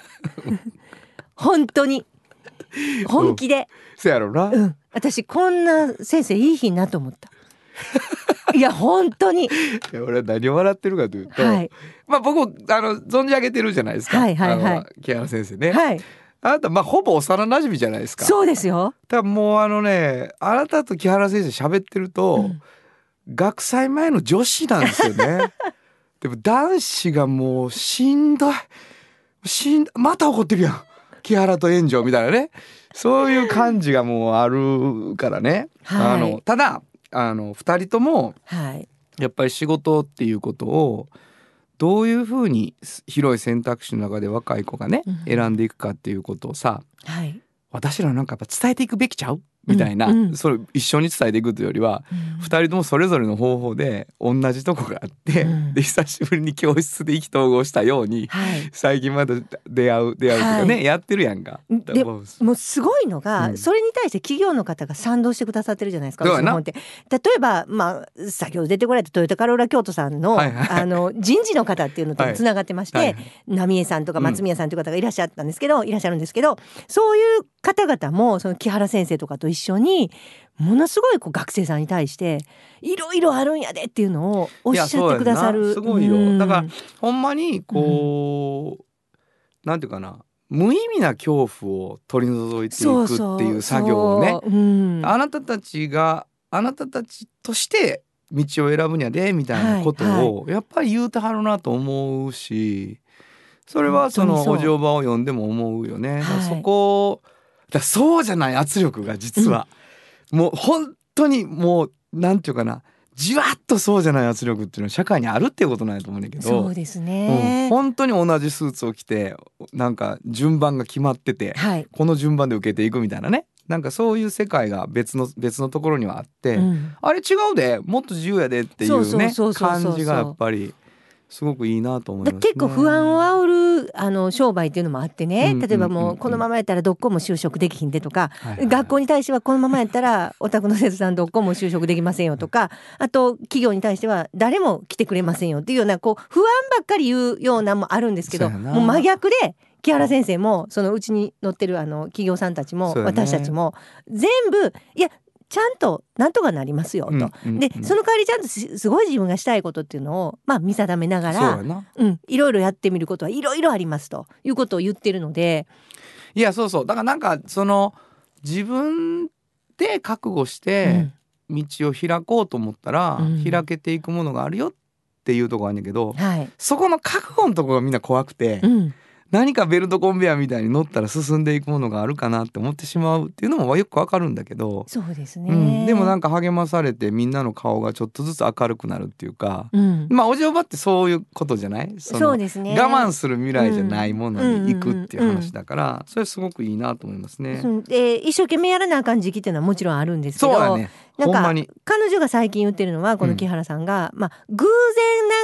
本当に本気で、 そうやろな、 うん、私こんな先生いい日なと思ったいや本当に俺は何を笑ってるかというと、はい、まあ僕あの存じ上げてるじゃないですか、はいはいはい、木原先生ね、はい、あなたまあほぼ幼馴染じゃないですか。 そうですよ。 多分もうあのねあなたと木原先生喋ってると、うん、学祭前の女子なんですよねでも男子がもうしんどいしんどまた怒ってるやん木原と炎上みたいなねそういう感じがもうあるからね、はい、あのただあのふたりともやっぱり仕事っていうことをどういうふうに広い選択肢の中で若い子がね、うん、選んでいくかっていうことをさ、はい、私らなんかやっぱ伝えていくべきちゃうみたいな、うんうん、それ一緒に伝えていくというよりは、うん、ふたりともそれぞれの方法で同じとこがあって、うん、で久しぶりに教室で意気投合したように、はい、最近まだ出会う出会うとかね、はい、やってるやんか。 でもうすごいのが、うん、それに対して企業の方が賛同してくださってるじゃないですか。うちの本って例えば、まあ、先ほど出てこられたトヨタカローラ京都さんの、はいはい、あの人事の方っていうのとつながってまして、はいはいはい、浪江さんとか松宮さんという方がいらっしゃったんですけど、うん、いらっしゃるんですけどそういう方々もその木原先生とかと一緒にものすごいこう学生さんに対していろいろあるんやでっていうのをおっしゃってくださる。 すごいよ、うん、だからほんまにこう、うん、なんていうかな無意味な恐怖を取り除いていくっていう作業をね、そうそう、うん、あなたたちがあなたたちとして道を選ぶにはでみたいなことをやっぱり言うてはるなと思うし、それはそのお嬢場を読んでも思うよね、はい、そこだそうじゃない圧力が実は、うん、もう本当にもうなんていうかなじわっとそうじゃない圧力っていうのは社会にあるっていうことなんやと思うんだけど、 そうですね、 うん、本当に同じスーツを着てなんか順番が決まってて、はい、この順番で受けていくみたいなね、なんかそういう世界が別の別のところにはあって、うん、あれ違うでもっと自由やでっていうね感じがやっぱりすごくいいなと思いますね。 結構不安を煽るあの商売っていうのもあってね、例えばもうこのままやったらどこも就職できひんでとか、はいはいはい、学校に対してはこのままやったらお宅の生徒さんどこも就職できませんよとか、あと企業に対しては誰も来てくれませんよっていうようなこう不安ばっかり言うようなもあるんですけど、もう真逆で木原先生もそのうちに載ってるあの企業さんたちも私たちも全部いやちゃんとなんとかなりますよと、うんうんうん、でその代わりちゃんとすごい自分がしたいことっていうのを、まあ、見定めながらうん、いろいろやってみることはいろいろありますということを言ってるので、 いやそうそうだからなんかその自分で覚悟して道を開こうと思ったら、うん、開けていくものがあるよっていうところあるんだけど、はい、そこの覚悟のところがみんな怖くて、うん何かベルトコンベヤーみたいに乗ったら進んでいくものがあるかなって思ってしまうっていうのもよくわかるんだけど、 そうですね、 うん、でもなんか励まされてみんなの顔がちょっとずつ明るくなるっていうか、うん、まあお嬢場ってそういうことじゃない？そのそうですね、我慢する未来じゃないものに行くっていう話だから、うんうんうん、それすごくいいなと思いますね。 で一生懸命やらなあかん時期っていうのはもちろんあるんですけど、そうだね、なんか彼女が最近言ってるのはこの木原さんが、うんまあ、偶然な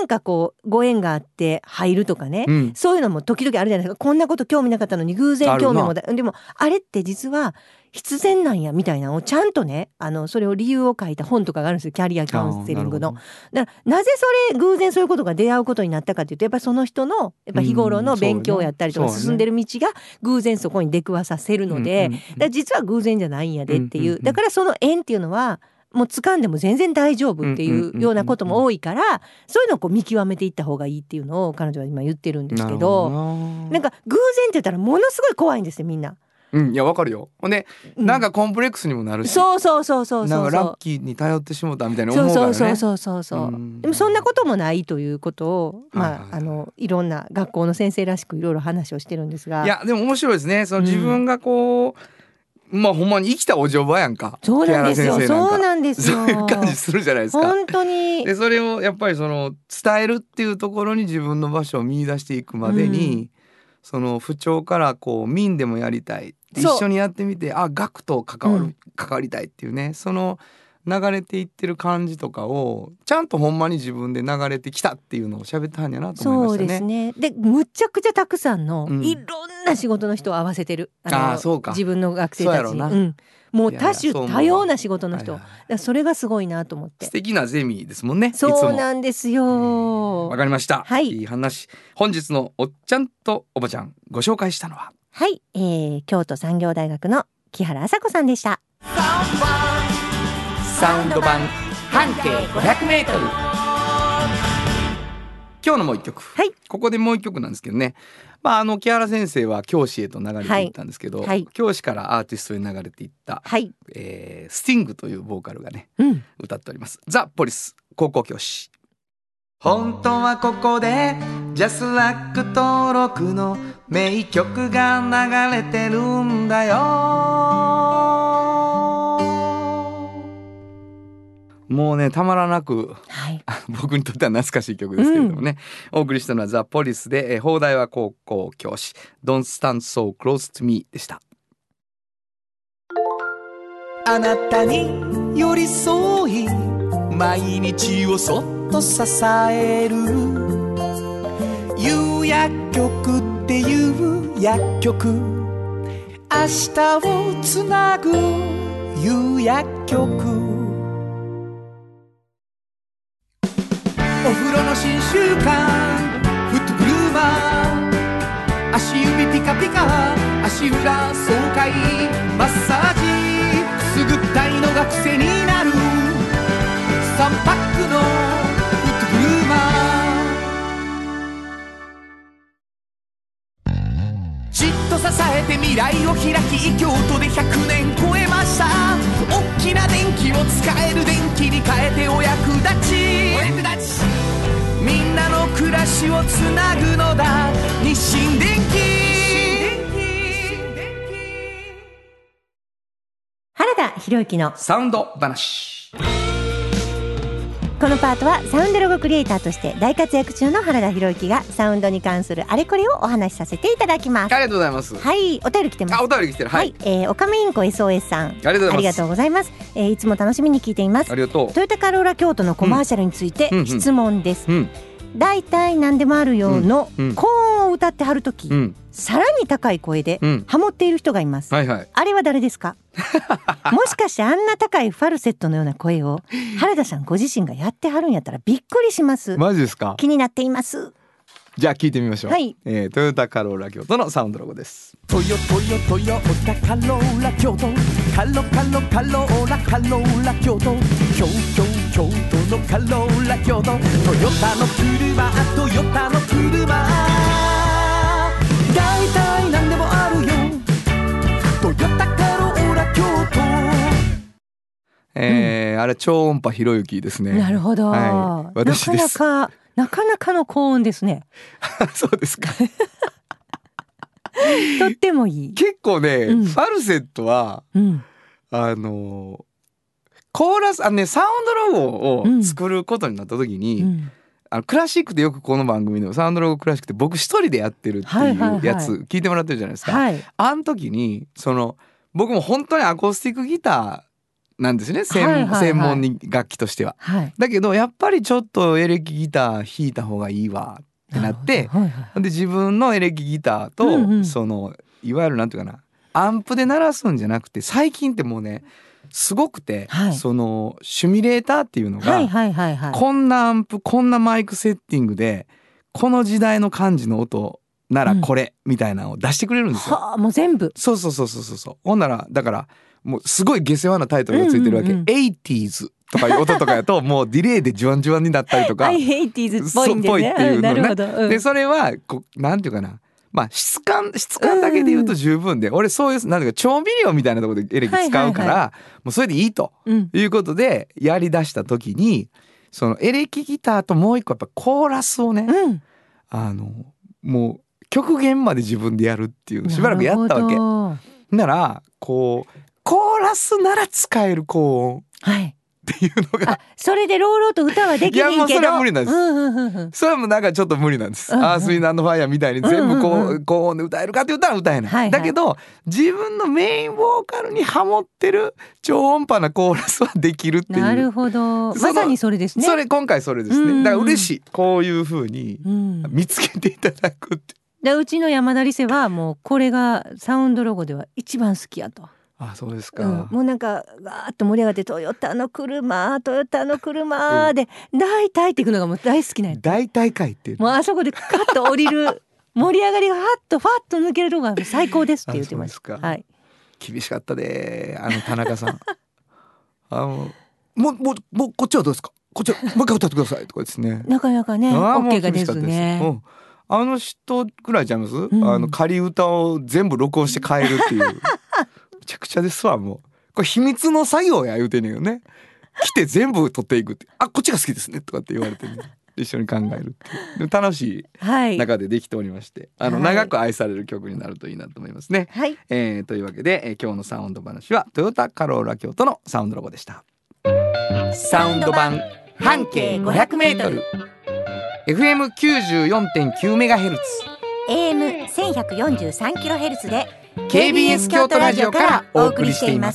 なんかこうご縁があって入るとかね、うん、そういうのも時々あるじゃないですか。こんなこと興味なかったのに偶然興味もだ。でもあれって実は必然なんやみたいなのをちゃんとね、あのそれを理由を書いた本とかがあるんですよ、キャリアカウンセリングの。だからなぜそれ偶然そういうことが出会うことになったかというと、やっぱりその人のやっぱ日頃の勉強やったりとか進んでる道が偶然そこに出くわさせるので、だから実は偶然じゃないんやでっていう、だからその縁っていうのはもう掴んでも全然大丈夫っていうようなことも多いから、そういうのをこう見極めていった方がいいっていうのを彼女は今言ってるんですけど、なんか偶然って言ったらものすごい怖いんですよみんな。 うん、いやわかるよ。ほんで、うん、なんかコンプレックスにもなるし、 そうそうそうそうそう、 なんかラッキーに頼ってしもたみたいな思うからね。 そうそうそうそうそう、うん、でもそんなこともないということを、まあ、はいはい、あのいろんな学校の先生らしくいろいろ話をしてるんですが、 いやでも面白いですね。その自分がこう、うん、まあほんまに生きたお嬢場やんか。 そうなんですよ。そうなんですよ。 そういう感じするじゃないですか。 本当に。 でそれをやっぱりその伝えるっていうところに自分の場所を見出していくまでに、うん、その不調からこう民でもやりたい。一緒にやってみて、あ、学と関わる、うん、関わりたいっていうね、その流れていってる感じとかをちゃんとほんまに自分で流れてきたっていうのを喋ったんやなと思いましたね。 そうですね。でむちゃくちゃたくさんの、うん、いろんな仕事の人を合わせてる。あのあ、そうか。自分の学生たちに、うん、もう多種多様な仕事の人、いやいや、 そ, だそれがすごいなと思って。 素敵なゼミですもんね。 そうなんですよ。 わかりました、 はい、 いい話。本日のおっちゃんとおばちゃんご紹介したのは、 はい、えー、京都産業大学の木原麻子さんでした。 サウンド版半径ごひゃくメートル。 今日のもう一曲、 はい、 ここでもう一曲なんですけどね、まあ、あの木原先生は教師へと流れていったんですけど、はいはい、教師からアーティストに流れていった、 はい、 えー、スティングというボーカルがね、 うん、 歌っております。ザ・ポリス高校教師。 本当はここでジャスラック登録の名曲が流れてるんだよ。 もうねたまらなく、 はい、 僕にとっては懐かしい曲ですけれどもね、うん、お送りしたのはザ・ポリスで、えー、放題は高校教師 Don't Stand So Close to Me でした。 あなたに寄り添い毎日をそっと支える夕薬局っていう薬局、明日をつなぐ夕薬局。お風呂の新習慣フットグルーマー、足指ピカピカ足裏爽快マッサージくすぐったいのが癖になるさんパックのフットグルーマー、じっと支えて未来を開き京都でひゃくねん超えました。大きな電気を使える電気に変えてお役立ち、お役立ちみんなの暮らしをつなぐのだ日清電気。 原田博之のサウンド話。 このパートはサウンドロゴクリエイターとして大活躍中の原田博之がサウンドに関するあれこれをお話しさせていただきます。 ありがとうございます。 はい、お便り来てます。 あ、お便り来てる。はい、 はい、えー、おかめインコ エスオーエス さん、ありがとうございます。 ありがとうございます。えー、いつも楽しみに聞いています。 ありがとう。 トヨタカローラ京都のコマーシャルについて質問です。 うんうんうん、 大体何でもあるようの高音を歌ってはるとき、うん、さらに高い声でハモっている人がいます、 うん、はいはい、 あれは誰ですか？もしかしてあんな高いファルセットのような声を原田さんご自身がやってはるんやったらびっくりします。 マジですか？ 気になっています。 じゃあ聞いてみましょう。 はい、 えー、トヨタカローラ京都のサウンドロゴです。 トヨトヨトヨタカローラ京都カロカロカローラカローラ京都京京京都のカローラ京都トヨタの車トヨタの車大体何でもあるよトヨタカローラ京都。 えーうん、あれ超音波ひろゆきですね。 なるほど、 はい、私です。 なかなかなかなかの高音ですね。 そうですか。 とってもいい。 結構ね、うん、ファルセットは、 うん、 あのコーラスあのねサウンドロゴを作ることになった時に、うん、あのクラシックでよくこの番組のサウンドロゴクラシックって僕一人でやってるっていうやつ聞いてもらってるじゃないですか。 はい、 あの時にその僕も本当にアコースティックギターなんですね、専、はいはいはい、専門に楽器としては、はい、だけどやっぱりちょっとエレキギター弾いた方がいいわってなって、はいはい、で自分のエレキギターと、うんうん、そのいわゆるなんていうかな、アンプで鳴らすんじゃなくて、最近ってもうねすごくて、はい、そのシミュレーターっていうのが、はいはいはいはい、こんなアンプこんなマイクセッティングでこの時代の感じの音ならこれ、うん、みたいなのを出してくれるんですよ。 はあ、もう全部。 そうそうそうそうそう。ほんならだからもうすごい下世話なタイトルがついてるわけ、うんうんうん、エイティーズとかいう音とかやともうディレイでジュワンジュワンになったりとかエイティーズっぽいんですね。 っていうのね、 うん、 でそれはこなんていうかな、まあ質感質感だけで言うと十分で、うん、俺そういうなんていうか調味料みたいなところでエレキ使うから、はいはいはい、もうそれでいいと、うん、いうことでやりだした時に、そのエレキギターともう一個やっぱコーラスをね、うん、あのもう極限まで自分でやるっていうしばらくやったわけなら、こうコーラスなら使える高音、はい、っていうのが、 あ、それでローローと歌はできるけど、いやもうそれは無理なんです、うんうんうん、それはもうなんかちょっと無理なんです、うんうん、アース・ウィンド・アンド・ファイアみたいに全部こう、うんうん、高音で歌えるかって言ったら歌えない、はいはい、だけど自分のメインボーカルにハモってる超音波なコーラスはできるっていう。 なるほど、まさにそれですね。 それ今回それですね、うんうん、だから嬉しい、こういう風に見つけていただくって、 でうちの山田理瀬はもうこれがサウンドロゴでは一番好きやと。 あ、そうですか、 うん、もうなんかわーっと盛り上がってトヨタの車トヨタの車で大体っていくのがもう大好きなんや。 大体かいっていう、 もうあそこでカッと降りる盛り上がりがファッとファッと抜けるのが最高ですって言ってました。はい、 厳しかったであの田中さんあのもうもうもうこっちはどうですか、こっちはもう一回歌ってくださいとかですね、 なかなかね OK が出ずね、 うん、あの人ぐらいちゃいます、うん、あの仮歌を全部録音して変えるっていうめちゃくちゃですわ。もうこれ秘密の作業や言うてんねんよね。来て全部取っていくって、あ、こっちが好きですねとかって言われてね、一緒に考えるっていう楽しい中でできておりまして、はい、あの長く愛される曲になるといいなと思いますね、はい、えー、というわけで、えー、今日のサウンド話はトヨタカローラ京都のサウンドロゴでした。サウンド版半径 ごひゃくメートル エフエムきゅうじゅうよんてんきゅうメガヘルツエーエムせんひゃくよんじゅうさんキロヘルツ でケービーエス 京都ラジオからお送りしています。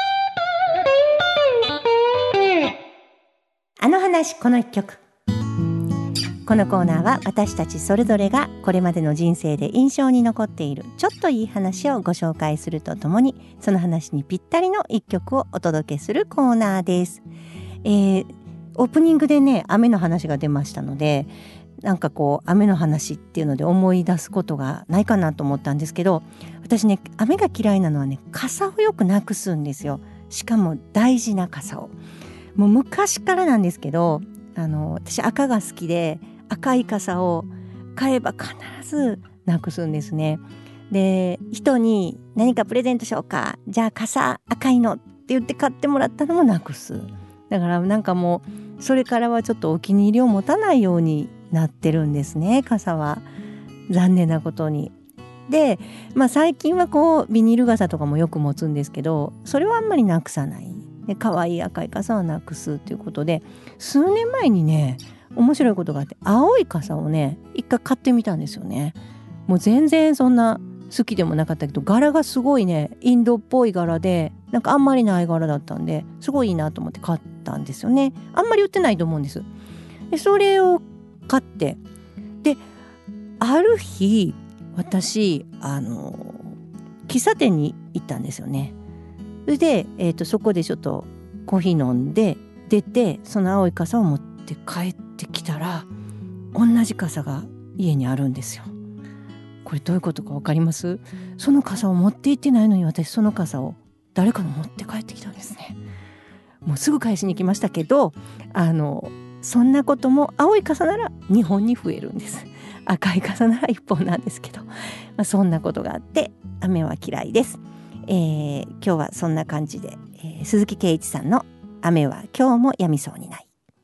あの話この一曲。このコーナーは私たちそれぞれがこれまでの人生で印象に残っているちょっといい話をご紹介するとともに、その話にぴったりの一曲をお届けするコーナーです。えー、オープニングでね雨の話が出ましたので、なんかこう雨の話っていうので思い出すことがないかなと思ったんですけど、私ね雨が嫌いなのはね、傘をよくなくすんですよ。しかも大事な傘を。もう昔からなんですけど、あの私赤が好きで赤い傘を買えば必ずなくすんですね。で人に何かプレゼントしようか、じゃあ傘赤いのって言って買ってもらったのもなくす。だからなんかもうそれからはちょっとお気に入りを持たないようになってるんですね、傘は。残念なことに。で、まあ、最近はこうビニール傘とかもよく持つんですけど、それはあんまりなくさない。で可愛い赤い傘はなくすということで、数年前にね面白いことがあって、青い傘をね一回買ってみたんですよね。もう全然そんな好きでもなかったけど、柄がすごいねインドっぽい柄で、なんかあんまりない柄だったんで、すごいいいなと思って買ったんですよね。あんまり売ってないと思うんです。でそれを買って、である日私あの喫茶店に行ったんですよね。それで、えーと、そこでちょっとコーヒー飲んで出て、その青い傘を持って帰ってきたら同じ傘が家にあるんですよ。これどういうことか分かります？その傘を持って行ってないのに、私その傘を誰かの持って帰ってきたんですね。もうすぐ返しに来ましたけど、あのそんなことも青い傘ならにほんに増えるんです。赤い傘ならいっぽんなんですけど、まあ、そんなことがあって雨は嫌いです。えー、今日はそんな感じで、えー、鈴木圭一さんの雨は今日も止みそうにない。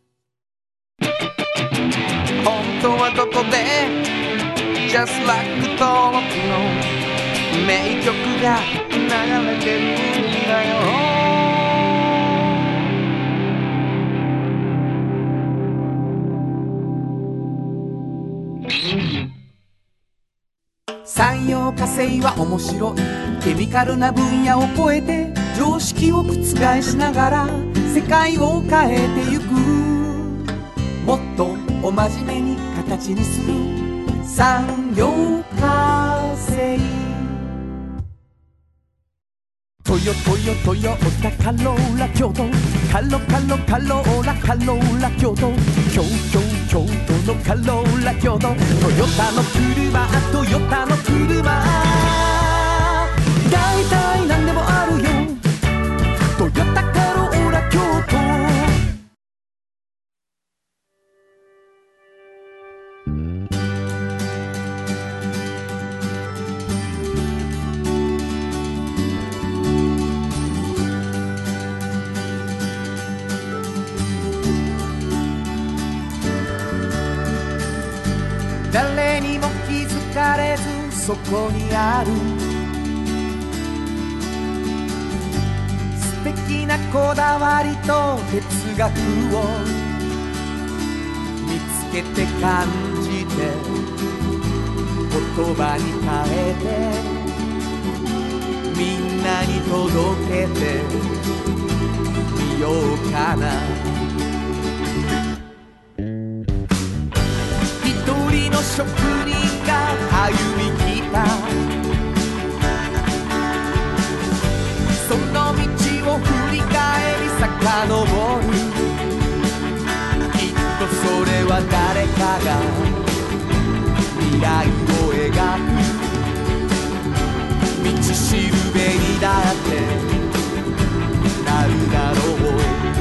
本当はどこで Just like 登録の名曲が流れてるんだよ。産業化成は面白い。ケミカルな分野を超えて常識を覆しながら世界を変えてゆく、もっとお真面目に形にする産業化成。トヨトヨトヨタカローラ京都、カロカロカローラカローラ京都、京京京都のカローラ京都、トヨタの車トヨタの車、だいたいなんでもあるよ、トヨタカローラ京都。誰にも気づかれずそこにある素敵なこだわりと哲学を見つけて感じて言葉に変えてみんなに届けてみようかな。職人が歩み来たその道を振り返り遡る、きっとそれは誰かが未来を描く道しるべにだってなるだろう。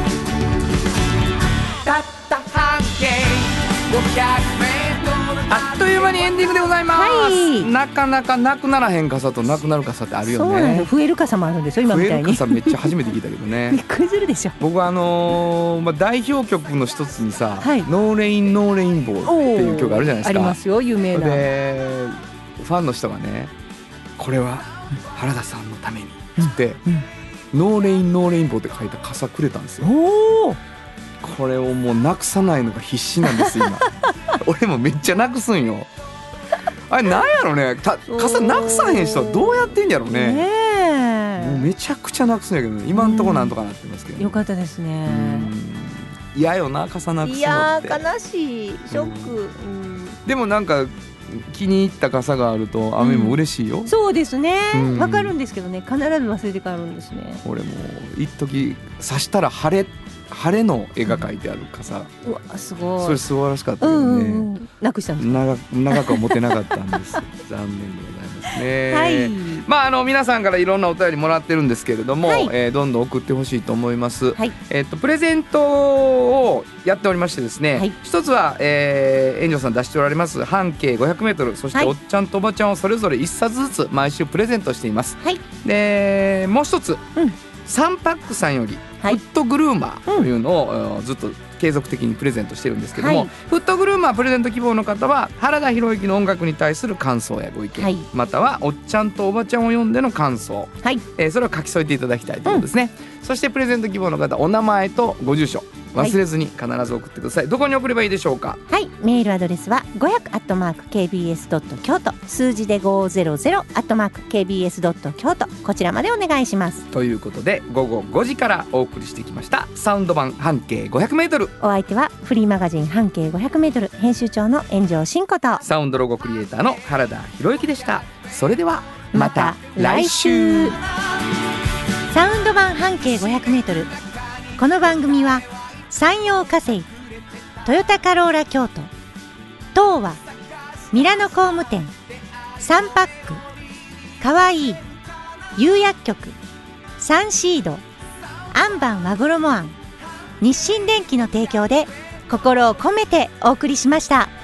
たった半径ごひゃくメートル、 あっという間にエンディングでございます、はい、なかなかなくならへん傘となくなる傘ってあるよね。 そうなんだ、増える傘もあるんですよ今みたいに。 増える傘めっちゃ初めて聞いたけどねびっくりするでしょ。 僕はあのーまあ、代表曲の一つにさ、はい、ノーレインノーレインボーっていう曲あるじゃないですか。 ありますよ、有名な。 でファンの人がね、これは原田さんのためにつって、うんうん、ノーレインノーレインボーって書いた傘くれたんですよ。おー、これをもうなくさないのが必死なんです今俺もめっちゃなくすんよ。あれなんやろね、傘なくさへん人はどうやってんやろね。ねえ、もうめちゃくちゃなくすんやけど、ね、今んとこなんとかなってますけど、ね、 よかったですね。 嫌よな、傘なくすのって。いや悲しい、ショック、うんうん、 でもなんか気に入った傘があると雨も嬉しいよ、うん、 そうですね、わかるんですけどね、必ず忘れて帰るんですね。 俺も一時差したら晴れ晴れの絵が描いてある傘、 うん、うわすごい、 それ素晴らしかったけどね、うんうん、 なくしたんですか。長, 長くは持てなかったんです残念でございますね、はい。まあ、あの皆さんからいろんなお便りもらってるんですけれども、はい、えー、どんどん送ってほしいと思います、はい。えー、とプレゼントをやっておりましてですね、はい、一つは、えー、園長さん出しておられます半径 ごひゃくメートル、そしておっちゃんとおばちゃんをそれぞれいっさつずつ毎週プレゼントしています、はい。でもう一つ、うん、サンパックさんよりフットグルーマーというのを、うん、ずっと継続的にプレゼントしてるんですけども、はい、フットグルーマープレゼント希望の方は原田博之の音楽に対する感想やご意見、はい、またはおっちゃんとおばちゃんを読んでの感想、はい、えー、それを書き添えていただきたいということですね、うん、そしてプレゼント希望の方、お名前とご住所忘れずに必ず送ってください、はい。どこに送ればいいでしょうか。 はい、メールアドレスはごひゃくアットマーク ケービーエスドット京都、数字でごひゃくアットマーク ケービーエスドット京都、こちらまでお願いします。 ということで午後ごじからお送りしてきましたサウンド版半径ごひゃくメートル、 お相手はフリーマガジン半径ごひゃくメートル編集長の炎上真子とサウンドロゴクリエイターの原田博之でした。それではまた来週。 サウンド版半径ごひゃくメートル、この番組は山陽火星、トヨタカローラ京都、東和、ミラノ工務店、サンパック、かわいい、釉薬局、サンシード、アンバン和衣あん、日清電機の提供で心を込めてお送りしました。